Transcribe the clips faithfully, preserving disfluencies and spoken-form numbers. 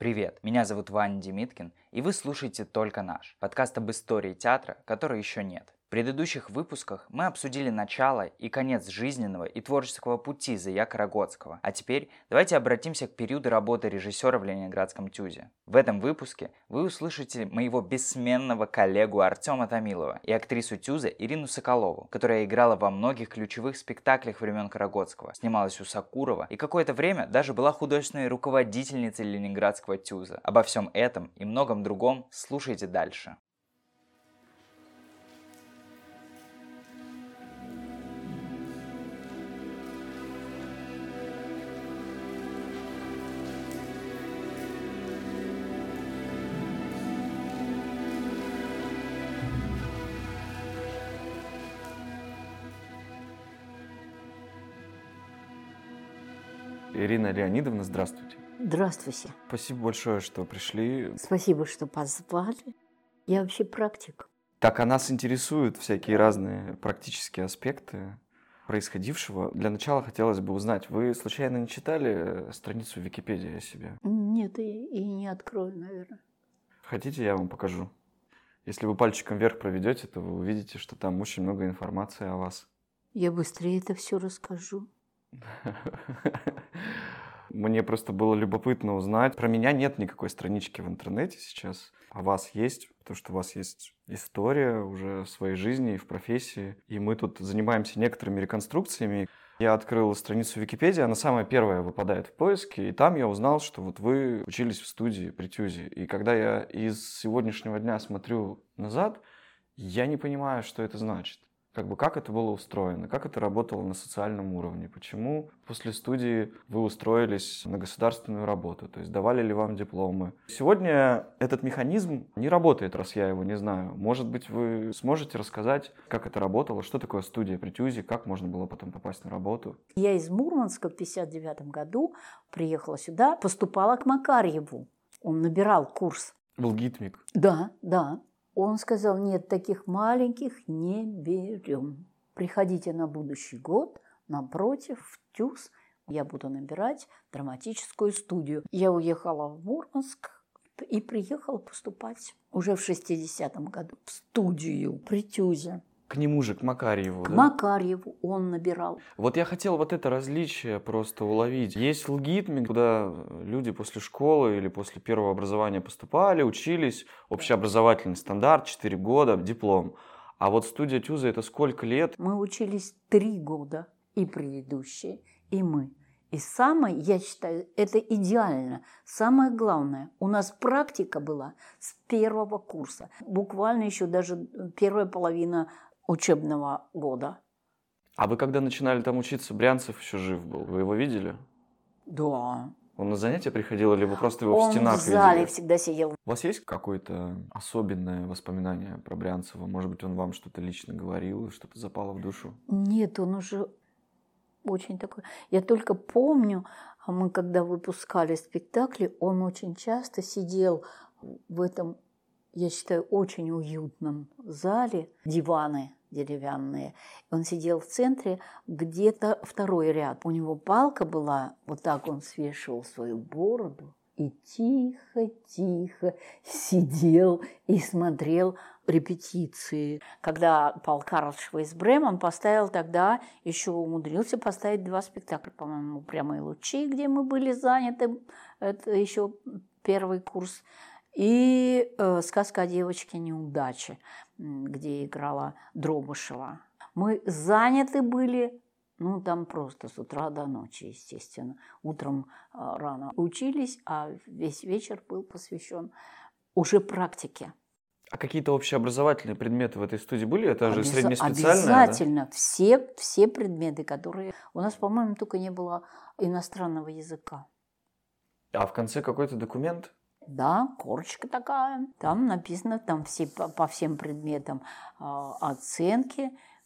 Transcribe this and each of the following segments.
Привет, меня зовут Ваня Демиткин, и вы слушаете «Только наш» — подкаст об истории театра, которой еще нет. В предыдущих выпусках мы обсудили начало и конец жизненного и творческого пути Зая Карагодского, а теперь давайте обратимся к периоду работы режиссера в Ленинградском ТЮЗе. В этом выпуске вы услышите моего бессменного коллегу Артема Томилова и актрису ТЮЗа Ирину Соколову, которая играла во многих ключевых спектаклях времен Карагодского, снималась у Сакурова и какое-то время даже была художественной руководительницей Ленинградского ТЮЗа. Обо всем этом и многом другом слушайте дальше. Ирина Леонидовна, здравствуйте. Здравствуйте. Спасибо большое, что пришли. Спасибо, что позвали. Я вообще практик. Так, а нас интересуют всякие разные практические аспекты происходившего. Для начала хотелось бы узнать, вы случайно не читали страницу в Википедии о себе? Нет, и, и не открою, наверное. Хотите, я вам покажу? Если вы пальчиком вверх проведете, то вы увидите, что там очень много информации о вас. Я быстрее это все расскажу. Мне просто было любопытно узнать. Про меня нет никакой странички в интернете сейчас. А вас есть, потому что у вас есть история уже в своей жизни и в профессии. И мы тут занимаемся некоторыми реконструкциями. Я открыл страницу Википедии, она самая первая выпадает в поиске. И там я узнал, что вот вы учились в студии при ТЮЗе. И когда я из сегодняшнего дня смотрю назад, я не понимаю, что это значит. Как бы как это было устроено, как это работало на социальном уровне, почему после студии вы устроились на государственную работу, то есть давали ли вам дипломы. Сегодня этот механизм не работает, раз я его не знаю. Может быть, вы сможете рассказать, как это работало, что такое студия при ТЮЗе, как можно было потом попасть на работу? Я из Мурманска в пятьдесят девятом году приехала сюда, поступала к Макарьеву. Он набирал курс. Был гитмик? Да, да. Он сказал, нет, таких маленьких не берем. Приходите на будущий год, напротив, в ТЮЗ. Я буду набирать драматическую студию. Я уехала в Мурманск и приехала поступать уже в шестидесятом году в студию при ТЮЗе. К нему же, к Макарьеву, К да? Макарьеву он набирал. Вот я хотел вот это различие просто уловить. Есть ЛГИТМИК, куда люди после школы или после первого образования поступали, учились, общеобразовательный стандарт, четыре года, диплом. А вот студия ТЮЗа — это сколько лет? Мы учились три года, и предыдущие, и мы. И самое, я считаю, это идеально. Самое главное, у нас практика была с первого курса. Буквально еще даже первая половина учебного года. А вы когда начинали там учиться, Брянцев еще жив был? Вы его видели? Да. Он на занятия приходил или вы просто его Он в стенах в зале видели? всегда сидел. У вас есть какое-то особенное воспоминание про Брянцева? Может быть, он вам что-то лично говорил, что-то запало в душу? Нет, он уже очень такой... Я только помню, мы когда выпускали спектакли, он очень часто сидел в этом, я считаю, очень уютном зале, диваны деревянные. Он сидел в центре, где-то второй ряд. У него палка была, вот так он свешивал свою бороду и тихо-тихо сидел и смотрел репетиции. Когда Пал Карлович Вейсбрем, он поставил тогда, еще умудрился поставить два спектакля, по-моему, «Прямые лучи», где мы были заняты, это еще первый курс, и э, «Сказка о девочке-неудаче», где играла Дробышева. Мы заняты были, ну, там просто с утра до ночи, естественно. Утром э, рано учились, а весь вечер был посвящен уже практике. А какие-то общеобразовательные предметы в этой студии были? Это же Обяз... среднеспециальное, Обязательно. Да? Все, все предметы, которые... У нас, по-моему, только не было иностранного языка. А в конце какой-то документ? Да, корочка такая. Там написано там все, по, по всем предметам э, оценки,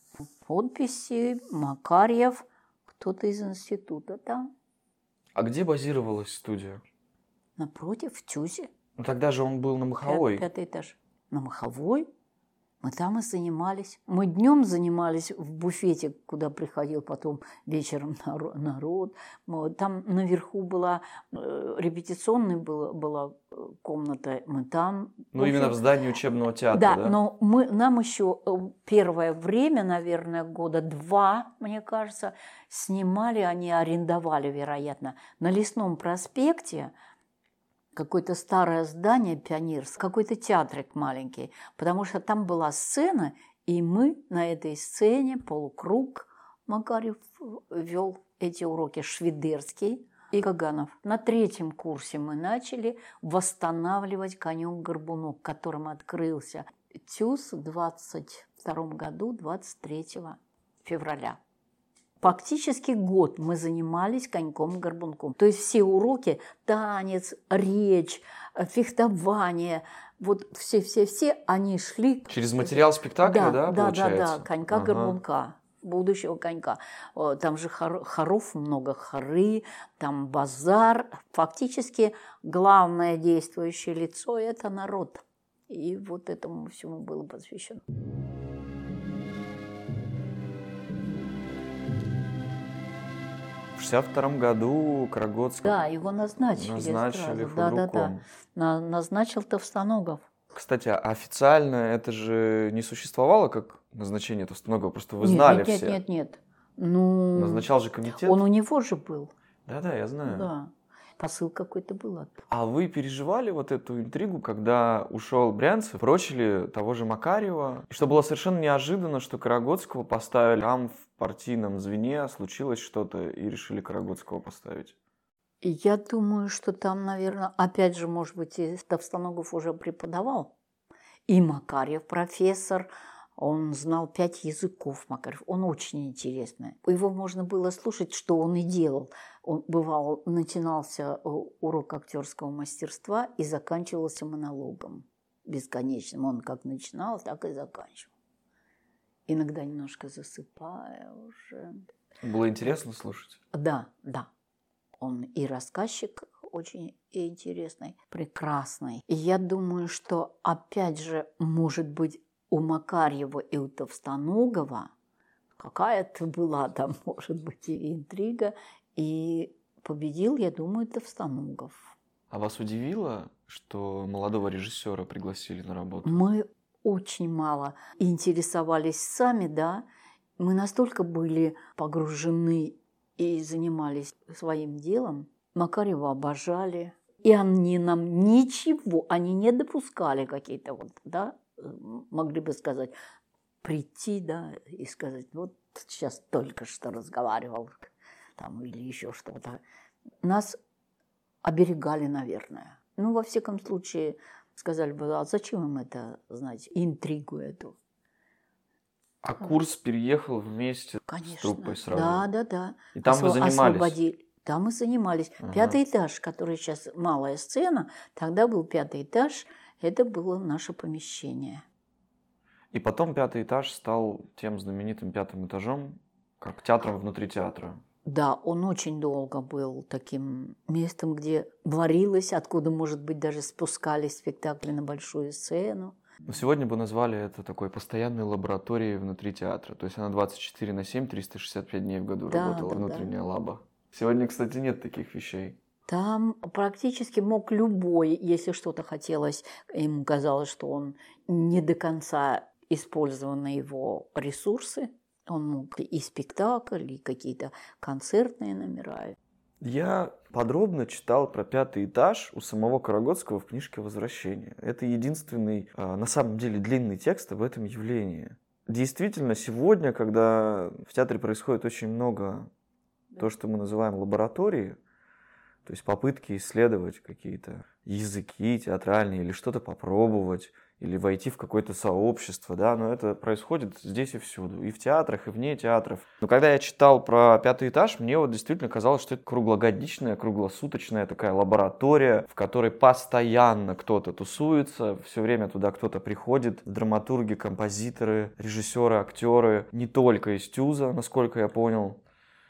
подписи, Макарьев, кто-то из института там. А где базировалась студия? Напротив, в ТЮЗе. Ну тогда же он был на Маховой. Пят, пятый этаж. На Маховой? Мы там и занимались. Мы днем занимались в буфете, куда приходил потом вечером народ. Там наверху была репетиционная была, была комната. Мы там. Ну, в именно в здании учебного театра, да? Да, но мы, нам еще первое время, наверное, года два, мне кажется, снимали, они арендовали, вероятно, на Лесном проспекте какое-то старое здание пионерское, какой-то театрик маленький, потому что там была сцена, и мы на этой сцене, полукруг, Макарьев вел эти уроки, Швидерский и Каганов. На третьем курсе мы начали восстанавливать конек-горбунок, которым открылся ТЮЗ в двадцать втором году, двадцать третьего февраля. Фактически год мы занимались коньком-горбунком. То есть все уроки, танец, речь, фехтование, вот все-все-все, они шли... Через материал спектакля, да, да, получается? Да, да, конька-горбунка. Ага. Будущего конька. Там же хор, хоров много, хоры, там базар. Фактически главное действующее лицо – это народ. И вот этому всему было посвящено. В шестьдесят втором году Карагодского да, его назначили. Назначили сразу. Да, да, да. На, назначил Товстоногов. Кстати, официально это же не существовало как назначение Товстоногова, просто вы знали нет, нет, все. Нет, нет, нет. Ну, назначал же комитет. Он у него же был. Да-да, я знаю. Да. Посыл какой-то был оттуда. А вы переживали вот эту интригу, когда ушел Брянцев, прочили того же Макарьева? И что было совершенно неожиданно, что Карагодского поставили. Там в партийном звене случилось что-то, и решили Карагодского поставить. Я думаю, что там, наверное, опять же, может быть, и Товстоногов уже преподавал. И Макарьев профессор. Он знал пять языков, Макарьев. Он очень интересный. Его можно было слушать, что он и делал. Он бывал, начинался урок актерского мастерства и заканчивался монологом бесконечным. Он как начинал, так и заканчивал. Иногда немножко засыпая уже. Было интересно слушать? Да, да. Он и рассказчик очень интересный, прекрасный. И я думаю, что опять же, может быть, у Макарьева и у Товстоногова какая-то была там, может быть, и интрига. И победил, я думаю, Товстоногов. А вас удивило, что молодого режиссера пригласили на работу? Мы очень мало интересовались сами, да. Мы настолько были погружены и занимались своим делом. Макарьева обожали. И они нам ничего, они не допускали какие-то вот, да, могли бы сказать, прийти, да, и сказать, вот сейчас только что разговаривал, там, или еще что-то. Нас оберегали, наверное. Ну, во всяком случае, сказали бы, а зачем им это, знаете, интригу эту? А курс переехал вместе Конечно. с труппой сразу? Да, да, да. И там Осво- вы занимались? Освободили. Там мы занимались. Ага. Пятый этаж, который сейчас малая сцена, тогда был пятый этаж, это было наше помещение. И потом пятый этаж стал тем знаменитым пятым этажом, как театром внутри театра. Да, он очень долго был таким местом, где варилось, откуда, может быть, даже спускались спектакли на большую сцену. Но сегодня бы назвали это такой постоянной лабораторией внутри театра. То есть она двадцать четыре на семь, триста шестьдесят пять дней в году да, работала, да, внутренняя да. лаба. Сегодня, кстати, нет таких вещей. Там практически мог любой, если что-то хотелось, ему казалось, что он не до конца использованы его ресурсы, он мог и спектакль, и какие-то концертные номера. Я подробно читал про пятый этаж у самого Карагодского в книжке «Возвращение». Это единственный, на самом деле, длинный текст об этом явлении. Действительно, сегодня, когда в театре происходит очень много то, что мы называем лабораторией, то есть попытки исследовать какие-то языки театральные или что-то попробовать, или войти в какое-то сообщество, да, но это происходит здесь и всюду, и в театрах, и вне театров. Но когда я читал про пятый этаж, мне вот действительно казалось, что это круглогодичная, круглосуточная такая лаборатория, в которой постоянно кто-то тусуется, все время туда кто-то приходит, драматурги, композиторы, режиссеры, актеры, не только из ТЮЗа, насколько я понял.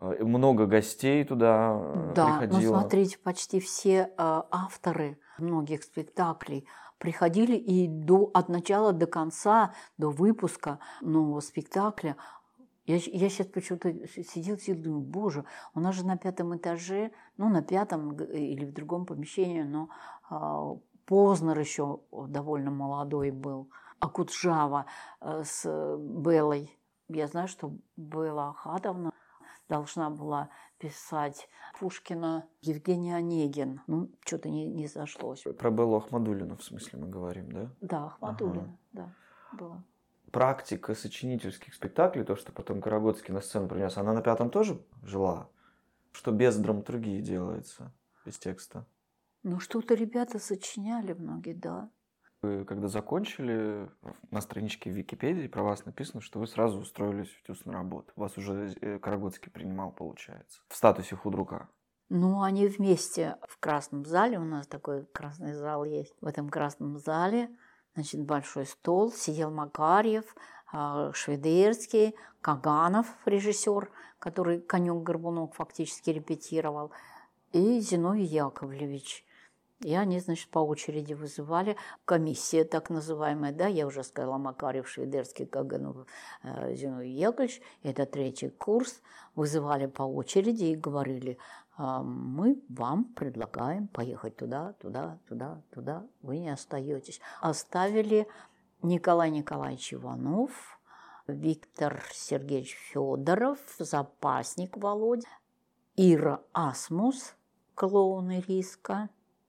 Много гостей туда да, приходило. Да, но смотрите, почти все э, авторы многих спектаклей приходили и до, от начала до конца, до выпуска нового спектакля. Я, я сейчас почему-то сидел, сидел, думаю, боже, у нас же на пятом этаже, ну, на пятом или в другом помещении, но э, Познер еще довольно молодой был, Акуджава э, с Беллой. Я знаю, что Белла Ахатовна должна была писать Пушкина, Евгений Онегин. Ну, что-то не, не сошлось. Про Беллу Ахмадуллину, в смысле, мы говорим, да? Да, Ахмадуллина, ага. да, была. Практика сочинительских спектаклей, то, что потом Карагодский на сцену принес, она на пятом тоже жила? Что без драматургии делается, без текста? Ну, что-то ребята сочиняли многие, да. Вы когда закончили, на страничке в Википедии про вас написано, что вы сразу устроились в ТЮЗ на работу. Вас уже Карагодский принимал, получается, в статусе худрука. Ну, они вместе в красном зале, у нас такой красный зал есть. В этом красном зале, значит, большой стол, сидел Макарьев, Шведерский, Каганов, режиссер, который «Конек-горбунок» фактически репетировал, и Зиновий Яковлевич. И они, значит, по очереди вызывали. Комиссия так называемая, да, я уже сказала, Макарьев, Шведерский, Каганов, Зиновий Яковлевич. Это третий курс. Вызывали по очереди и говорили, мы вам предлагаем поехать туда, туда, туда, туда. Вы не остаетесь. Оставили Николай Николаевич Иванов, Виктор Сергеевич Федоров, запасник Володя, Ира Асмус, клоун Ириска,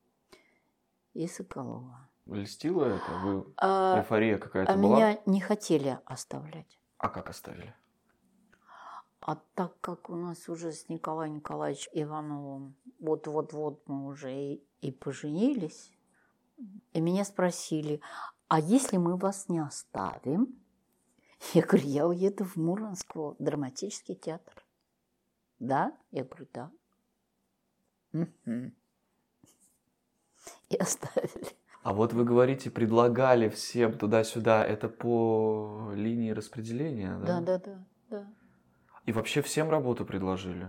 и Соколова. Льстило это? Вы... А, Эйфория какая-то а была? Меня не хотели оставлять. А как оставили? А так как у нас уже с Николаем Николаевичем Ивановым вот-вот-вот мы уже и, и поженились, и меня спросили, а если мы вас не оставим? Я говорю, я уеду в Мурманск, в драматический театр. Да? Я говорю, да. Угу. И оставили. А вот вы говорите, предлагали всем туда-сюда, это по линии распределения, да? Да, да, да, да. И вообще всем работу предложили?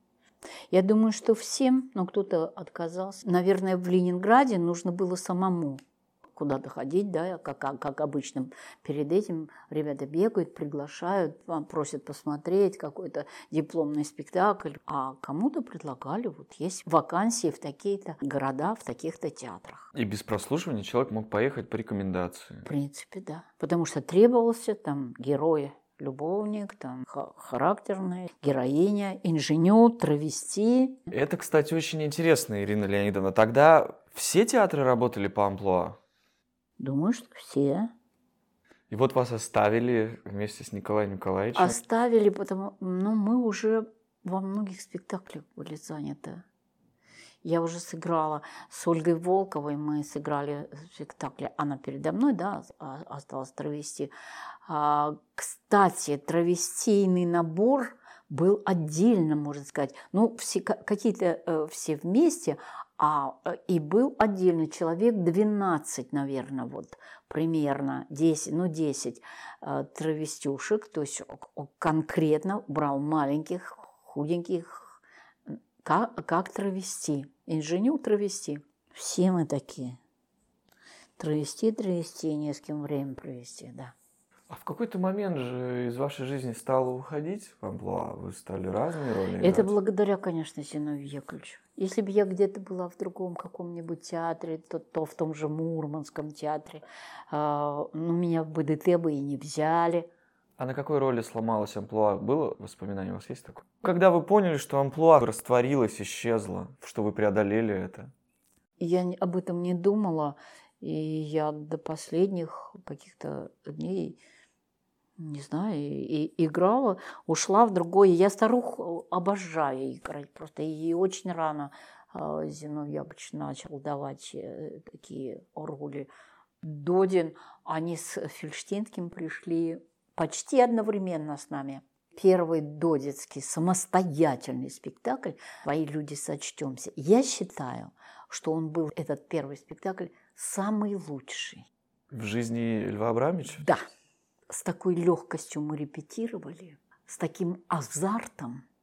Я думаю, что всем, но кто-то отказался. Наверное, в Ленинграде нужно было самому куда-то ходить, да, как, как обычно. Перед этим ребята бегают, приглашают, просят посмотреть какой-то дипломный спектакль. А кому-то предлагали, вот есть вакансии в такие-то города, в таких-то театрах. И без прослушивания человек мог поехать по рекомендации? В принципе, да. Потому что требовался там герои. Любовник, там, характерная, героиня, инженер, травести. Это, кстати, очень интересно, Ирина Леонидовна. Тогда все театры работали по амплуа? Думаю, что все. И вот вас оставили вместе с Николаем Николаевичем? Оставили, потому ну, мы уже во многих спектаклях были заняты. Я уже сыграла с Ольгой Волковой, мы сыграли в спектакле «Она передо мной», да, осталось травести. А, кстати, травестийный набор был отдельно, можно сказать. Ну, все, какие-то э, все вместе, а, и был отдельно человек двенадцать, наверное, вот примерно, десять, ну, десять э, травестюшек, то есть конкретно брал маленьких, худеньких, Как, как травести? Инженер травести. Все мы такие. Травести, травести, не с кем время провести, да. А в какой-то момент же из вашей жизни стало уходить в амплуа? Вы стали разные роли играть? Это благодаря, конечно, Зиновию Яковлевичу. Если бы я где-то была в другом каком-нибудь театре, то, то в том же Мурманском театре, э, ну, меня в БДТ бы и не взяли. А на какой роли сломалось амплуа? Было воспоминание у вас есть такое? Когда вы поняли, что амплуа растворилось, исчезло, что вы преодолели это? Я об этом не думала, и я до последних каких-то дней, не знаю, и, и играла, ушла в другое. Я старух обожаю играть, просто и очень рано э, Зиновий Яковлевич начал давать э, такие роли. Додин, они с Фельштинским пришли почти одновременно с нами. Первый додицкий самостоятельный спектакль «Твои люди, сочтемся». Я считаю, что он был, этот первый спектакль, самый лучший. В жизни Льва Абрамовича? Да. С такой легкостью мы репетировали, с таким азартом,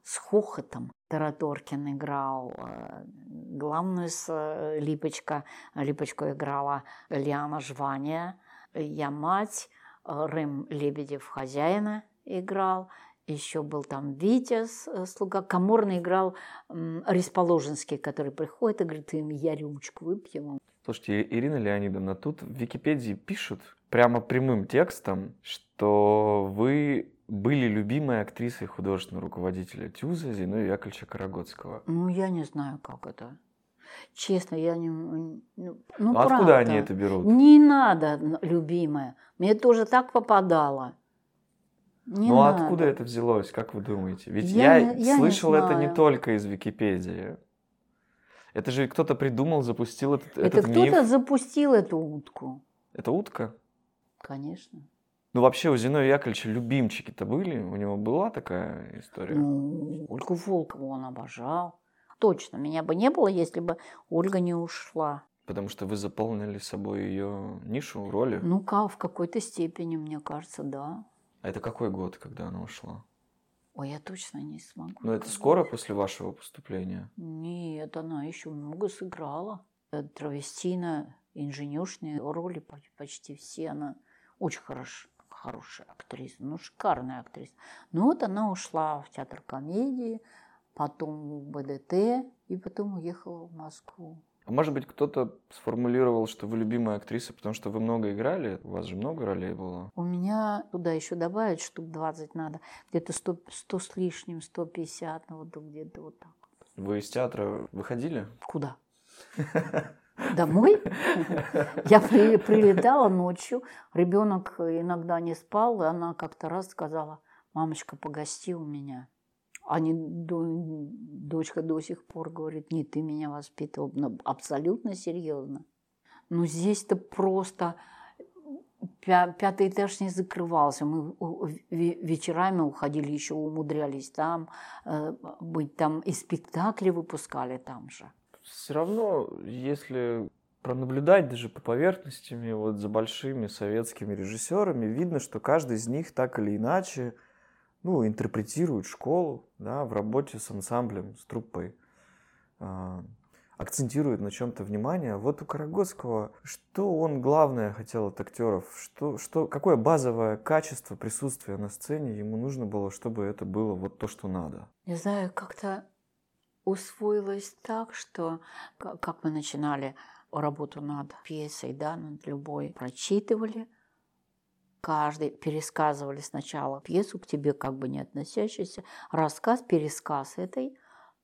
с хохотом. Тараторкин играл главную с Липочка. Липочку играла Лиана Жвания. Я мать. Рэм Лебедев хозяина играл. Еще был там Витя, слуга. Каморный играл Ресположенский, который приходит и говорит, я рюмочку выпьем. Слушайте, Ирина Леонидовна, тут в Википедии пишут прямо прямым текстом, что вы были любимой актрисой художественного руководителя ТЮЗа Зиновия Яковлевича Карагодского. Ну, я не знаю, как это. Честно, я не... Ну, ну ну откуда они это берут? Не надо, любимая. Мне тоже так попадало. Не ну, надо. Откуда это взялось, как вы думаете? Ведь я, я, я слышал не это не только из Википедии. Это же кто-то придумал, запустил этот, это этот миф. Это кто-то запустил эту утку. Это утка? Конечно. Ну, вообще, у Зиновия Яковлевича любимчики-то были? У него была такая история? Ну, Ольгу Волкову он обожал. Точно, меня бы не было, если бы Ольга не ушла. Потому что вы заполнили собой ее нишу, роли? Ну, в какой-то степени, мне кажется, да. А это какой год, когда она ушла? Ой, я точно не смогу. Ну, это скоро после вашего поступления? Нет, она еще много сыграла. Травестина, инженерные роли почти все. Она очень хорош, хорошая актриса, ну, шикарная актриса. Ну, вот она ушла в театр комедии, потом в БДТ и потом уехала в Москву. А может быть, кто-то сформулировал, что вы любимая актриса, потому что вы много играли? У вас же много ролей было. У меня туда еще добавить штук двадцать надо. Где-то сто, сто с лишним, сто пятьдесят, ну, вот где-то вот так. Вы из театра выходили? Куда? Домой? Я при, прилетала ночью, ребенок иногда не спал, и она как-то раз сказала, мамочка, погости у меня. А не, дочка до сих пор говорит, нет, ты меня воспитывал. Абсолютно серьезно. Но здесь-то просто пятый этаж не закрывался. Мы вечерами уходили, еще умудрялись там быть, там и спектакли выпускали там же. Все равно, если пронаблюдать даже по поверхностями, вот за большими советскими режиссерами, видно, что каждый из них так или иначе ну, интерпретирует школу, да, в работе с ансамблем, с труппой, э, акцентирует на чем-то внимание. Вот у Карагодского, что он главное хотел от актеров, что, что, какое базовое качество присутствия на сцене ему нужно было, чтобы это было вот то, что надо? Не знаю, как-то усвоилось так, что как мы начинали работу над пьесой, да, над любой, прочитывали, каждый пересказывали сначала пьесу, к тебе как бы не относящийся, рассказ, пересказ этой,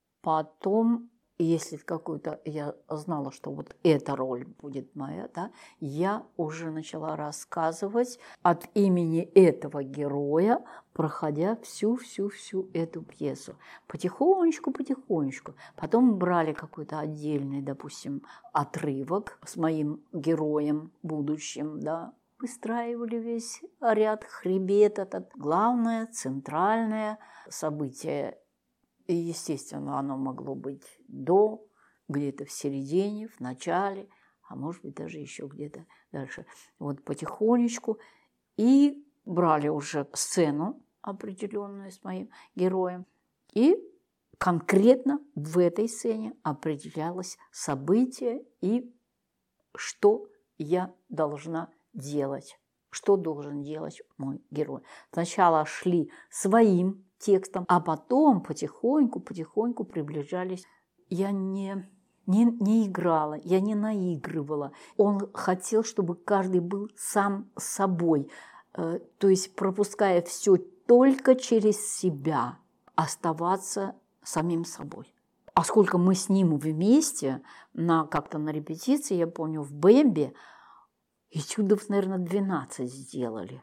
потом, если какую-то, я знала, что вот эта роль будет моя, да, я уже начала рассказывать от имени этого героя, проходя всю-всю-всю эту пьесу. Потихонечку, потихонечку. Потом брали какой-то отдельный, допустим, отрывок с моим героем будущим, да, выстраивали весь ряд, хребет этот. Главное, центральное событие. И, естественно, оно могло быть до, где-то в середине, в начале, а может быть, даже еще где-то дальше. Вот потихонечку. И брали уже сцену определенную с моим героем. И конкретно в этой сцене определялось событие и что я должна делать. Что должен делать мой герой. Сначала шли своим текстом, а потом потихоньку, потихоньку приближались. Я не, не, не играла, я не наигрывала. Он хотел, чтобы каждый был сам собой, э, то есть пропуская все только через себя, оставаться самим собой. А сколько мы с ним вместе, на, как-то на репетиции, я помню, в Бэмби, этюдов, наверное, двенадцать сделали.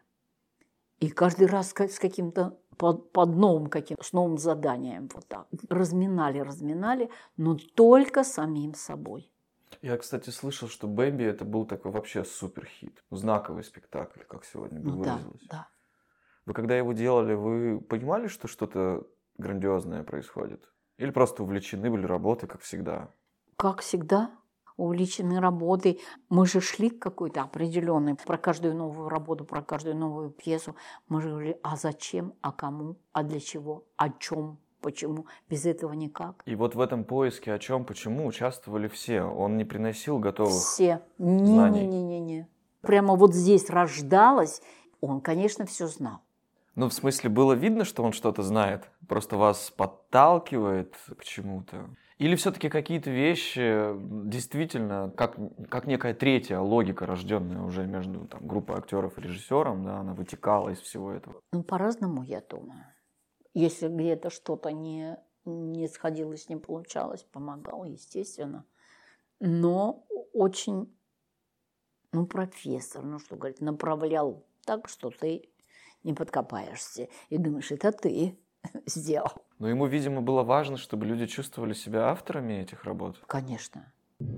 И каждый раз с каким-то под, под новым каким, с новым заданием вот так. Разминали, разминали, но только самим собой. Я, кстати, слышал, что «Бэмби» это был такой вообще суперхит. Знаковый спектакль, как сегодня бы Ну, выразилось. Да, да. Вы когда его делали, вы понимали, что что-то грандиозное происходит? Или просто увлечены были работой, как всегда? Как всегда, увлечены работой. Мы же шли к какой-то определенной, про каждую новую работу, про каждую новую пьесу. Мы же говорили, а зачем, а кому, а для чего, о чем, Почему? Без этого никак. И вот в этом поиске о чем, почему участвовали все? Он не приносил готовых Все. знаний? Не-не-не-не. Прямо вот здесь рождалось. Он, конечно, все знал. Ну, в смысле, было видно, что он что-то знает? Просто вас подталкивает к чему-то? Или все-таки какие-то вещи действительно, как, как некая третья логика, рожденная уже между там, группой актеров и режиссером, да, она вытекала из всего этого? Ну, по-разному, я думаю. Если где-то что-то не, не сходилось, не получалось, помогал, естественно. Но очень, ну, профессор, ну, что говорит, направлял так, что ты не подкопаешься. И думаешь, это ты сделал. Но ему, видимо, было важно, чтобы люди чувствовали себя авторами этих работ. Конечно.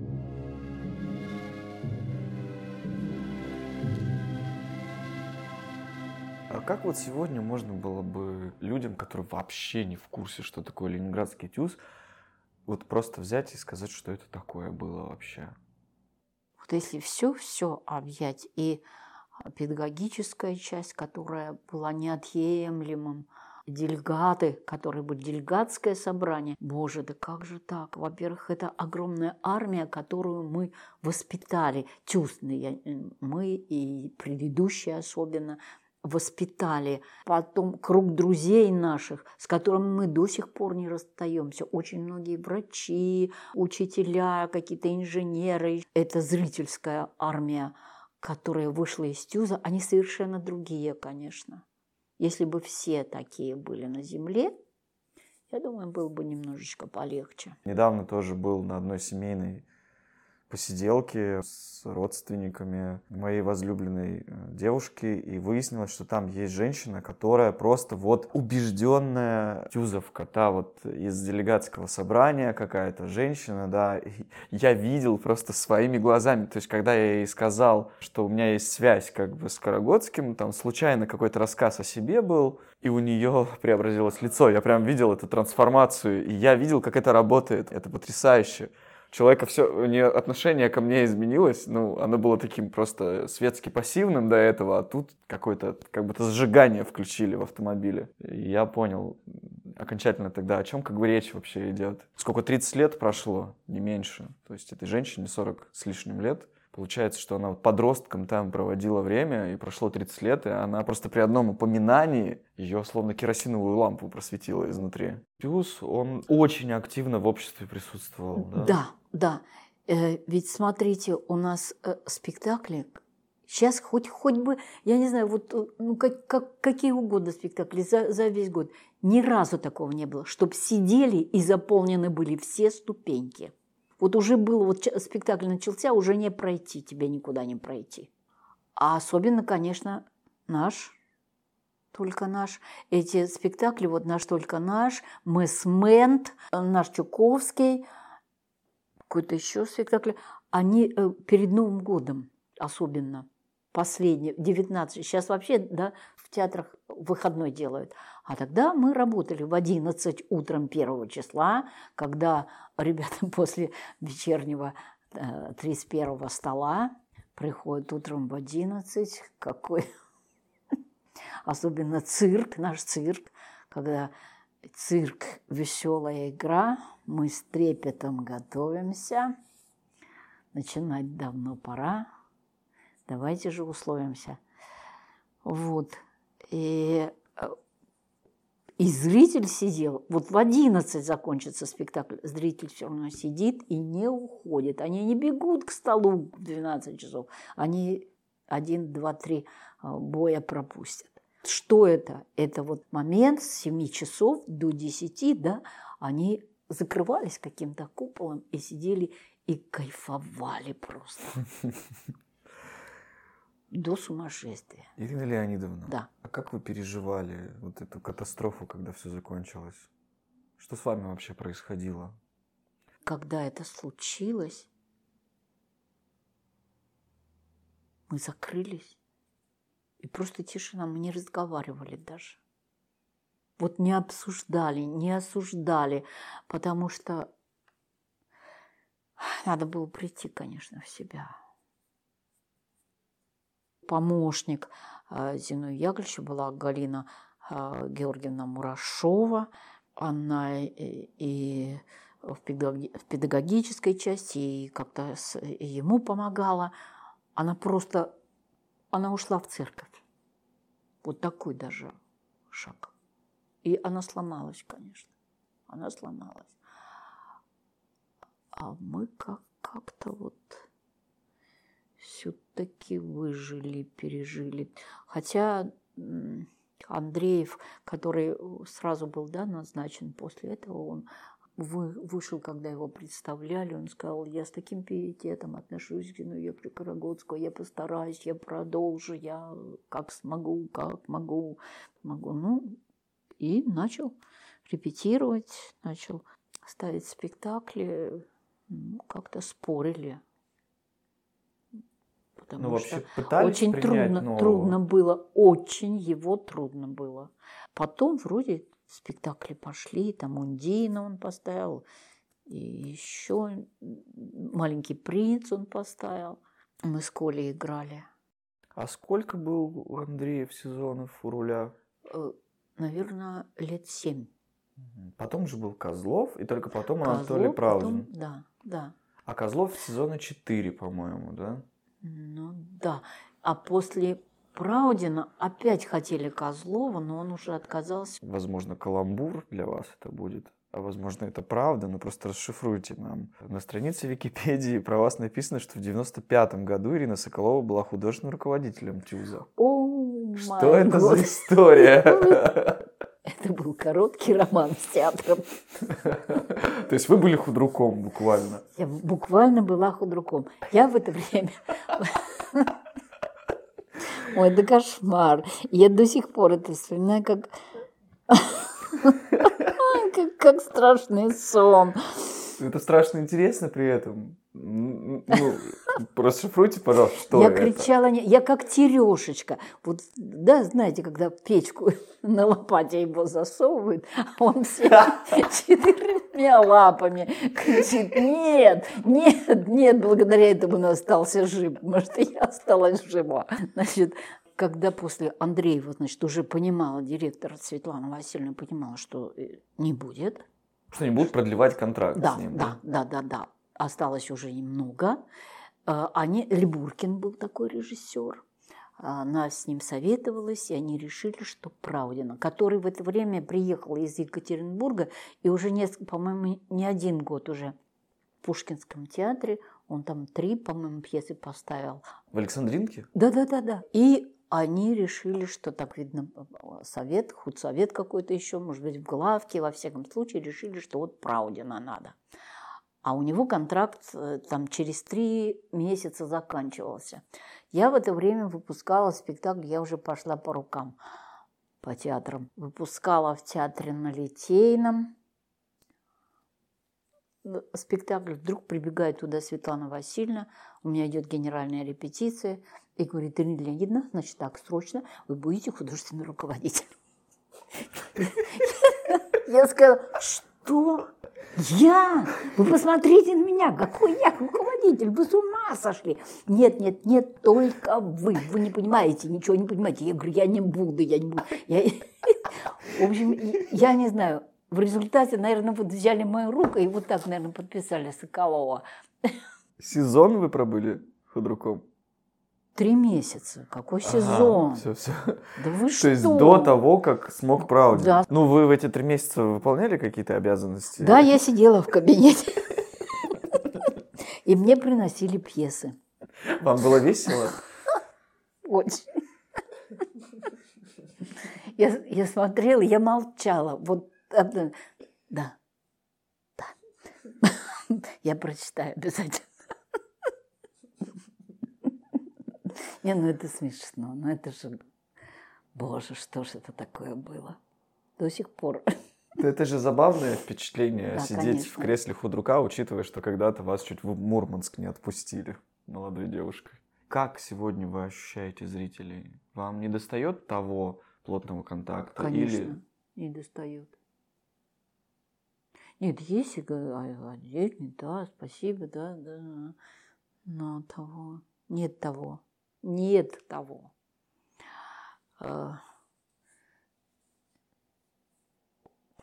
А как вот сегодня можно было бы людям, которые вообще не в курсе, что такое Ленинградский ТЮЗ, вот просто взять и сказать, что это такое было вообще? Вот если все-все объять, и педагогическая часть, которая была неотъемлемым, делегаты, которые были, делегатское собрание. Боже, да как же так? Во-первых, это огромная армия, которую мы воспитали. Тюзные, мы и предыдущие особенно воспитали. Потом круг друзей наших, с которыми мы до сих пор не расстаемся. Очень многие врачи, учителя, какие-то инженеры. Это зрительская армия, которая вышла из ТЮЗа. Они совершенно другие, конечно. Если бы все такие были на земле, я думаю, было бы немножечко полегче. Недавно тоже был на одной семейной посиделке с родственниками моей возлюбленной девушки, и выяснилось, что там есть женщина, которая просто вот убежденная тюзовка, та вот из делегатского собрания какая-то женщина, да, и я видел просто своими глазами, то есть когда я ей сказал, что у меня есть связь как бы с Карагодским, там случайно какой-то рассказ о себе был, и у нее преобразилось лицо, я прям видел эту трансформацию, и я видел, как это работает, это потрясающе. У человека все, у нее отношение ко мне изменилось, ну, оно было таким просто светски пассивным до этого, а тут какое-то, как будто сжигание включили в автомобиле. И я понял окончательно тогда, о чем как бы речь вообще идет. Сколько, тридцать лет прошло, не меньше. То есть этой женщине сорок с лишним лет. Получается, что она вот подростком там проводила время, и прошло тридцать лет, и она просто при одном упоминании ее словно керосиновую лампу просветила изнутри. Плюс он очень активно в обществе присутствовал, да? Да, да. Э, ведь смотрите, у нас э, спектакли, сейчас хоть, хоть бы, я не знаю, вот ну, как, как, какие угодно спектакли за, за весь год, ни разу такого не было, чтобы сидели и заполнены были все ступеньки. Вот уже было, вот спектакль начался, уже не пройти, тебе никуда не пройти. А особенно, конечно, наш, только наш. Эти спектакли, вот наш только наш, Мэсмент, наш Чуковский, какой-то еще спектакль, они перед Новым годом особенно, последние, девятнадцать, сейчас вообще, да, в театрах выходной делают. А тогда мы работали в одиннадцать утром первого числа, когда ребята после вечернего тридцать первого стола приходят утром в одиннадцать. Какой... Особенно цирк, наш цирк, когда цирк, веселая игра, мы с трепетом готовимся. Начинать давно пора. Давайте же условимся. Вот. И... И зритель сидел, вот в одиннадцать закончится спектакль, зритель все равно сидит и не уходит. Они не бегут к столу в двенадцать часов, они один, два, три боя пропустят. Что это? Это вот момент с семи часов до десяти, да, они закрывались каким-то куполом и сидели и кайфовали просто. До сумасшествия. Ирина Леонидовна, да. А как вы переживали вот эту катастрофу, когда все закончилось? Что с вами вообще происходило? Когда это случилось, мы закрылись. И просто тишина, мы не разговаривали даже. Вот не обсуждали, не осуждали, потому что надо было прийти, конечно, в себя. Помощник Зиновия Яковлевича была Галина Георгиевна Мурашова. она и, и в, педагоги, в педагогической части, и как-то с, и ему помогала. Она просто, она ушла в церковь. Вот такой даже шаг. И она сломалась, конечно. Она сломалась. А мы как, как-то вот все-таки выжили, пережили. Хотя Андреев, который сразу был, да, назначен после этого, он вы, вышел, когда его представляли, он сказал: я с таким пиететом отношусь к Зиновию Карагодскому, я постараюсь, я продолжу, я как смогу, как могу, могу. Ну, и начал репетировать, начал ставить спектакли, ну, как-то спорили. Потому ну, вообще что пытались очень принять трудно, нового? трудно было, очень его трудно было. Потом вроде спектакли пошли, там Ундина он поставил, и еще «Маленький принц» он поставил. Мы с Колей играли. А сколько был у Андреев сезонов у руля? Наверное, лет семь. Потом же был Козлов, и только потом Козлов, Анатолий Правдин. потом, да, да. А Козлов сезона четыре, по-моему, да? Ну да. А после Правдина опять хотели Козлова, но он уже отказался. Возможно, каламбур для вас это будет. А возможно, это правда, но просто расшифруйте нам. На странице Википедии про вас написано, что в девяносто пятом году Ирина Соколова была художественным руководителем ТЮЗа. О, что это за история? Это был короткий роман с театром. То есть вы были худруком буквально? Я буквально была худруком. Я в это время... Ой, да кошмар. Я до сих пор это вспоминаю, как... как, как страшный сон. Это страшно интересно при этом. Ну, расшифруйте, пожалуйста, что я это. Я кричала, я как Терешечка. Вот, да, знаете, когда в печку на лопате его засовывают, а он все четырьмя лапами кричит: нет, нет, нет, благодаря этому он остался жив, потому что я осталась жива. Значит, когда после Андреева, значит, уже понимала, директор Светлана Васильевна понимала, что не будет. Что не будут продлевать контракт да, с ним. Да, да, да, да. Осталось уже немного. Они, Либуркин был такой режиссер. Она с ним советовалась, и они решили, что Правдина, который в это время приехал из Екатеринбурга, и уже, несколько, по-моему, не один год уже в Пушкинском театре, он там три, по-моему, пьесы поставил. В Александринке? Да-да-да-да. И они решили, что, так видно, совет, худсовет какой-то еще, может быть, в главке, во всяком случае, решили, что вот Правдина надо. А у него контракт там через три месяца заканчивался. Я в это время выпускала спектакль, я уже пошла по рукам, по театрам. Выпускала в театре на Литейном спектакль. Вдруг прибегает туда Светлана Васильевна, у меня идет генеральная репетиция, и говорит: Ирина Леонидовна, значит так, срочно вы будете художественным руководителем. Я сказала: что? Я? Вы посмотрите на меня, какой я руководитель, вы с ума сошли. Нет, нет, нет, только вы, вы не понимаете, ничего не понимаете. Я говорю: я не буду, я не буду. Я... В общем, я не знаю, в результате, наверное, вот взяли мою руку и вот так, наверное, подписали Соколова. Сезон вы пробыли худруком? Три месяца. Какой сезон? Ага, все, все. Да вы То что? есть до того, как смог Правдин. Да. Ну, вы в эти три месяца выполняли какие-то обязанности? Да, я сидела в кабинете. И мне приносили пьесы. Вам было весело? Очень. Я, я смотрела, я молчала. Вот, да, да. Я прочитаю обязательно. Не, ну это смешно, ну это же, боже, что ж это такое было до сих пор. Это же забавное впечатление, да, сидеть конечно. в кресле худрука, учитывая, что когда-то вас чуть в Мурманск не отпустили молодой девушкой. Как сегодня вы ощущаете зрителей? Вам не достает того плотного контакта? Конечно, или... не достает. Нет, есть отдельный, да, спасибо, да, да, но того, нет того. Нет того.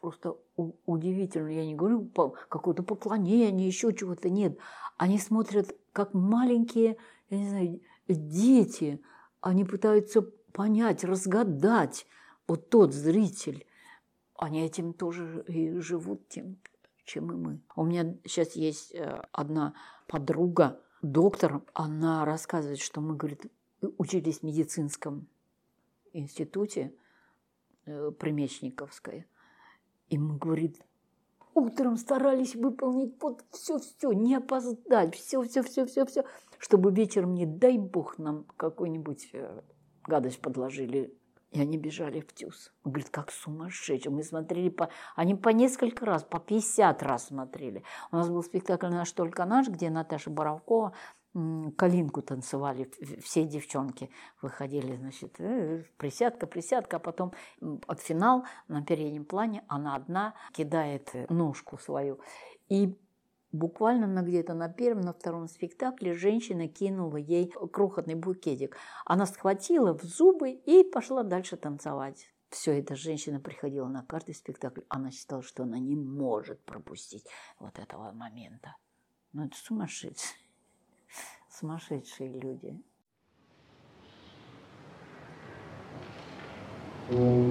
просто у- удивительно. Я не говорю по какое-то поклонение, еще чего-то. Нет. Они смотрят, как маленькие, я не знаю, дети. Они пытаются понять, разгадать. Вот тот зритель. Они этим тоже и живут, тем, чем и мы. У меня сейчас есть э, одна подруга, доктор. Она рассказывает, что мы, говорит, учились в медицинском институте э, при Мечниковской. И мы, говорит, утром старались выполнить вот все-все, не опоздать, все-все-все-все-все, чтобы вечером, не дай бог, нам какую-нибудь э, гадость подложили. И они бежали в ТЮЗ. Он говорит, как сумасшедшие. Мы смотрели, по... они по несколько раз, по пятьдесят раз смотрели. У нас был спектакль «Наш только наш», где Наташа Боровкова калинку танцевали, все девчонки выходили, значит, присядка, присядка, а потом от финал на переднем плане она одна кидает ножку свою. И буквально на где-то на первом, на втором спектакле женщина кинула ей крохотный букетик. Она схватила в зубы и пошла дальше танцевать. Все, эта женщина приходила на каждый спектакль. Она считала, что она не может пропустить вот этого момента. Ну, это сумасшедшие. Сумасшедшие люди.